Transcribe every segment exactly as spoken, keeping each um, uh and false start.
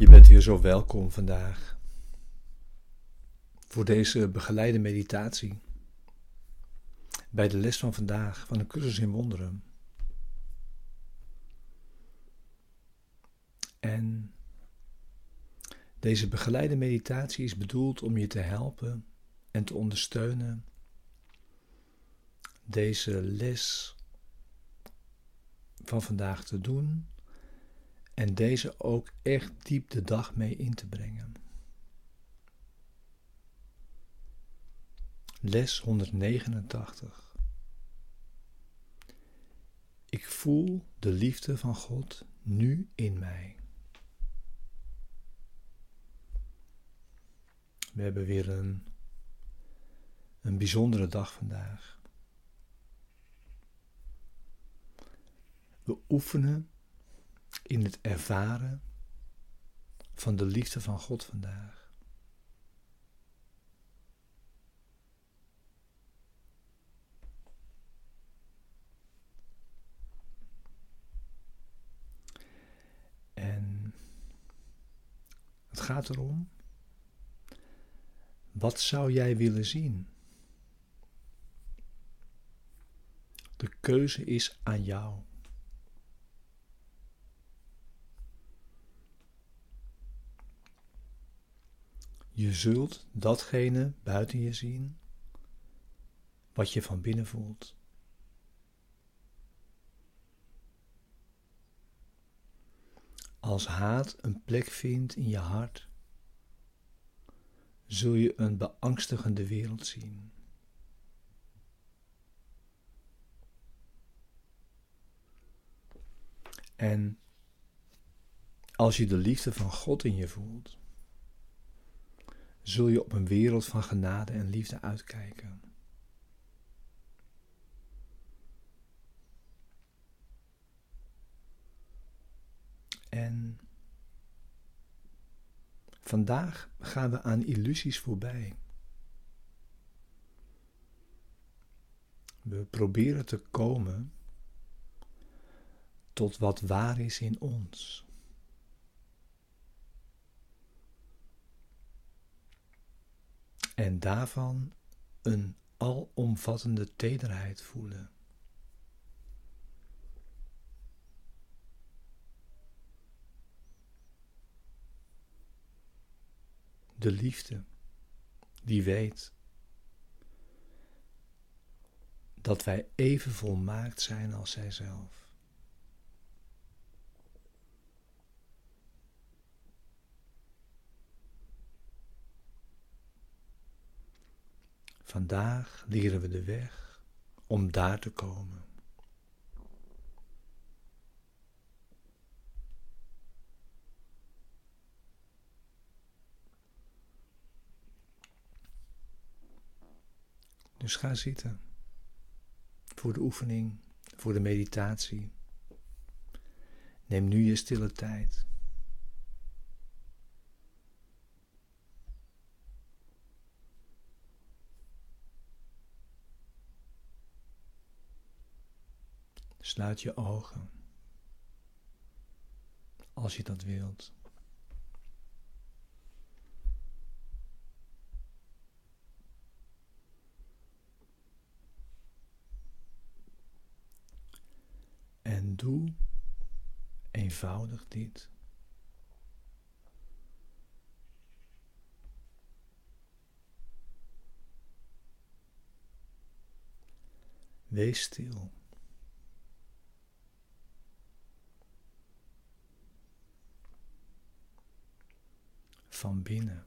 Je bent weer zo welkom vandaag voor deze begeleide meditatie bij de les van vandaag van de cursus in wonderen. En deze begeleide meditatie is bedoeld om je te helpen en te ondersteunen deze les van vandaag te doen en deze ook echt diep de dag mee in te brengen. Les honderdnegenentachtig. Ik voel de liefde van God nu in mij. We hebben weer een, een bijzondere dag vandaag. We oefenen in het ervaren van de liefde van God vandaag. En het gaat erom, wat zou jij willen zien? De keuze is aan jou. Je zult datgene buiten je zien wat je van binnen voelt. Als haat een plek vindt in je hart, zul je een beangstigende wereld zien. En als je de liefde van God in je voelt, zul je op een wereld van genade en liefde uitkijken. En vandaag gaan we aan illusies voorbij. We proberen te komen tot wat waar is in ons. En daarvan een alomvattende tederheid voelen. De liefde die weet dat wij even volmaakt zijn als zijzelf. Vandaag leren we de weg om daar te komen. Dus ga zitten voor de oefening, voor de meditatie. Neem nu je stille tijd. Sluit je ogen, als je dat wilt. En doe eenvoudig dit. Wees stil. Van binnen.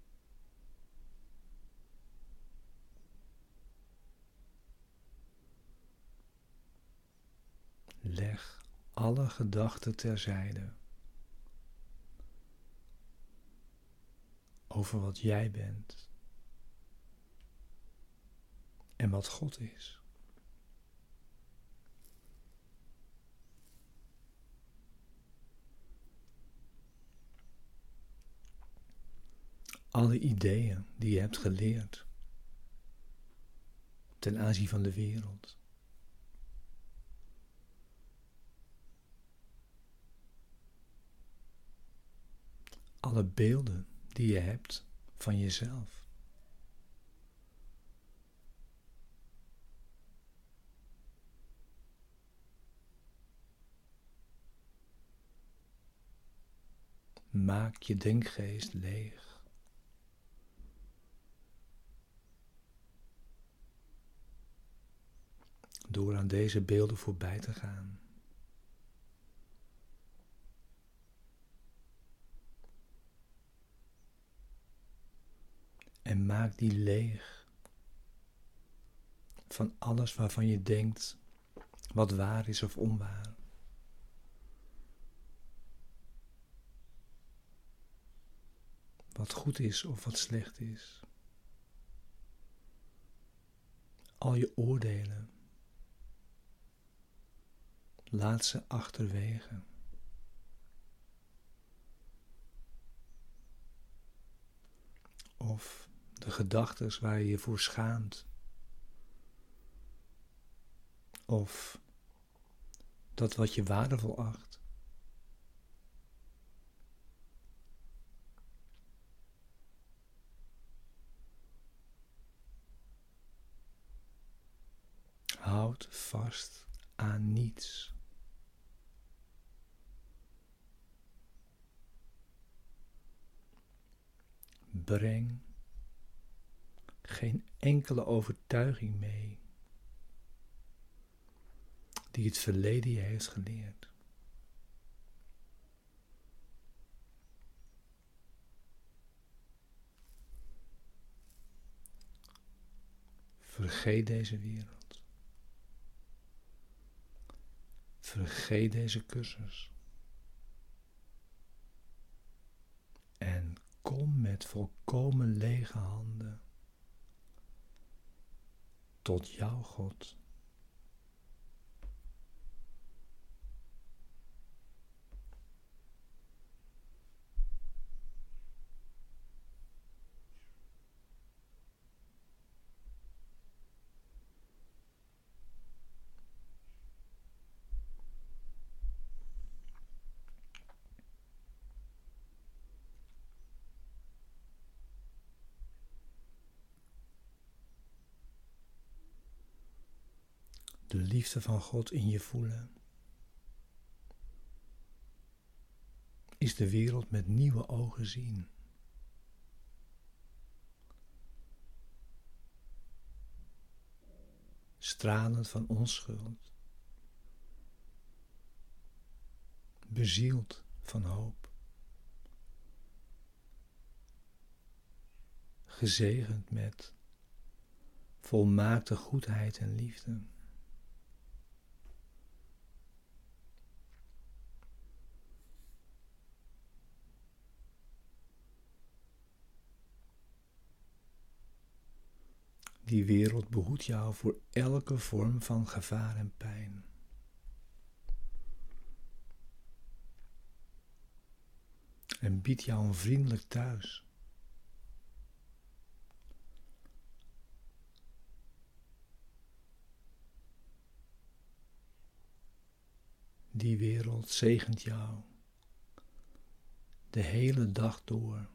Leg alle gedachten terzijde over wat jij bent en wat God is. Alle ideeën die je hebt geleerd ten aanzien van de wereld. alle beelden die je hebt van jezelf. Maak je denkgeest leeg. Door aan deze beelden voorbij te gaan. En maak die leeg van alles waarvan je denkt wat waar is of onwaar. Wat goed is of wat slecht is. Al je oordelen. Laat ze achterwege. Of de gedachten waar je je voor schaamt. Of dat wat je waardevol acht. Houd vast aan niets. Breng geen enkele overtuiging mee die het verleden je heeft geleerd. Vergeet deze wereld. Vergeet deze cursus. En kom met volkomen lege handen tot jouw God. De liefde van God in je voelen is de wereld met nieuwe ogen zien. Stralend van onschuld, bezield van hoop, gezegend met volmaakte goedheid en liefde. Die wereld behoedt jou voor elke vorm van gevaar en pijn. En biedt jou een vriendelijk thuis. Die wereld zegent jou de hele dag door.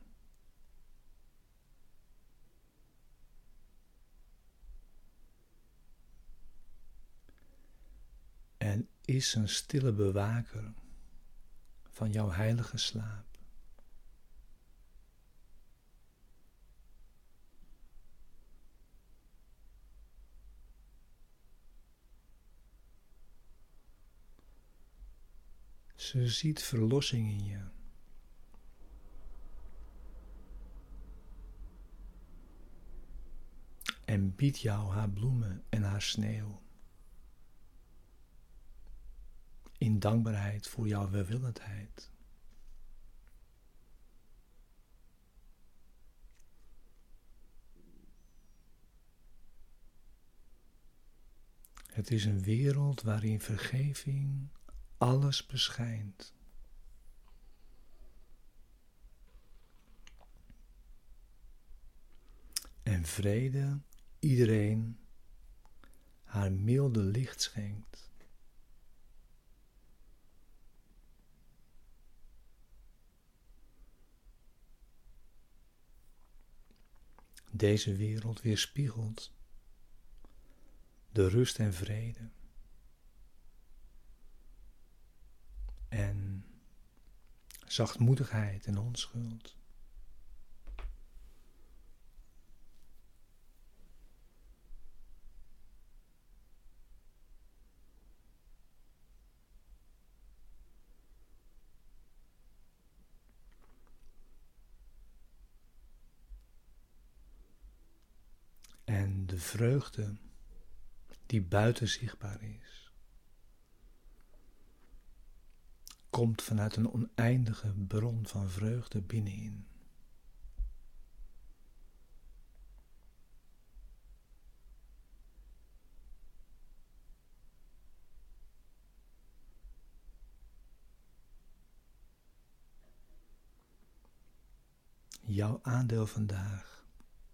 En is een stille bewaker van jouw heilige slaap. Ze ziet verlossing in je. En biedt jou haar bloemen en haar sneeuw. In dankbaarheid voor jouw welwillendheid. Het is een wereld waarin vergeving alles beschijnt. En vrede iedereen haar milde licht schenkt. deze wereld weerspiegelt de rust en vrede en zachtmoedigheid en onschuld. En de vreugde die buiten zichtbaar is, komt vanuit een oneindige bron van vreugde binnenin. Jouw aandeel vandaag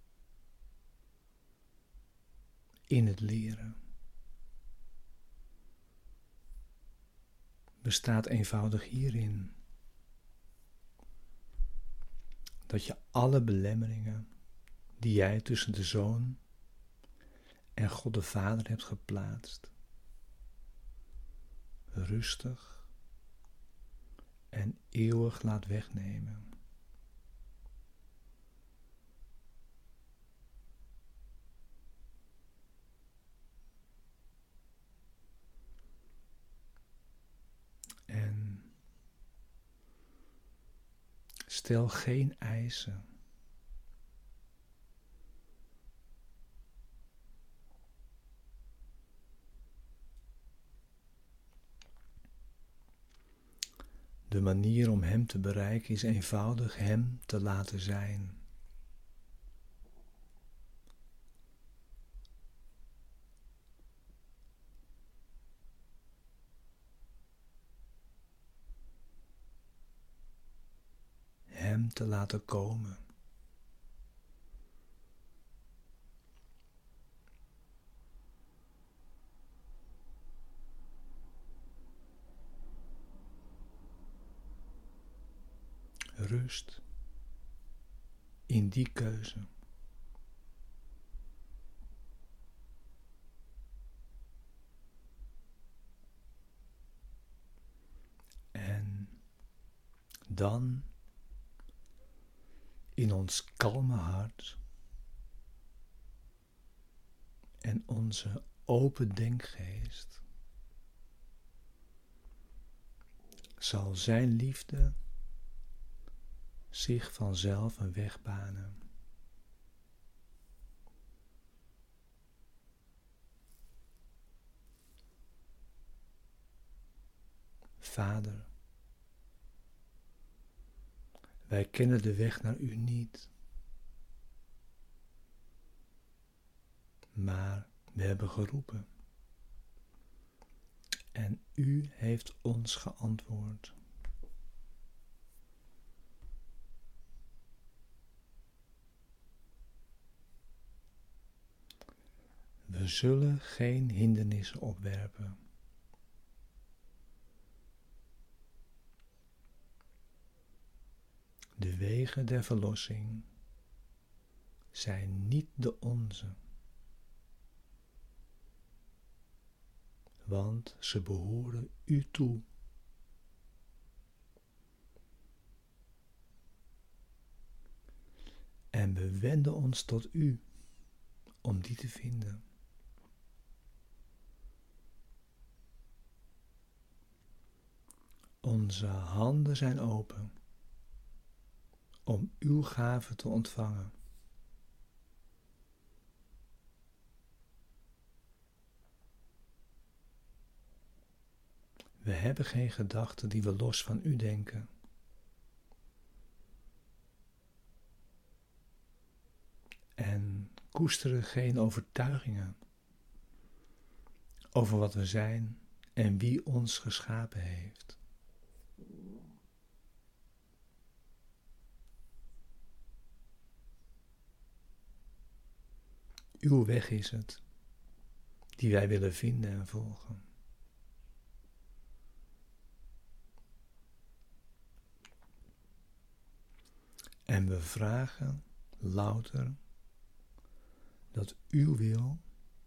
in het leren bestaat eenvoudig hierin dat je alle belemmeringen die jij tussen de Zoon en God de Vader hebt geplaatst, rustig en eeuwig laat wegnemen. En stel geen eisen. De manier om Hem te bereiken is eenvoudig Hem te laten zijn. Hem te laten komen. Rust in die keuze. En dan in ons kalme hart en onze open denkgeest zal zijn liefde zich vanzelf een weg banen. Vader, wij kennen de weg naar U niet, maar we hebben geroepen en U heeft ons geantwoord. We zullen geen hindernissen opwerpen. De wegen der verlossing zijn niet de onze, want ze behoren U toe. En we wenden ons tot U om die te vinden. Onze handen zijn open om Uw gave te ontvangen. We hebben geen gedachten die we los van U denken. En koesteren geen overtuigingen over wat we zijn en wie ons geschapen heeft. Uw weg is het, die wij willen vinden en volgen. En we vragen louter dat uw wil,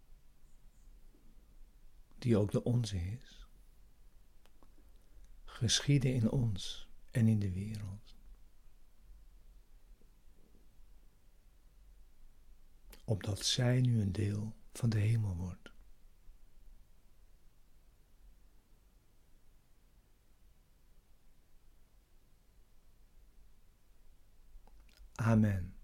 die ook de onze is, geschieden in ons en in de wereld. Opdat zij nu een deel van de hemel wordt. Amen.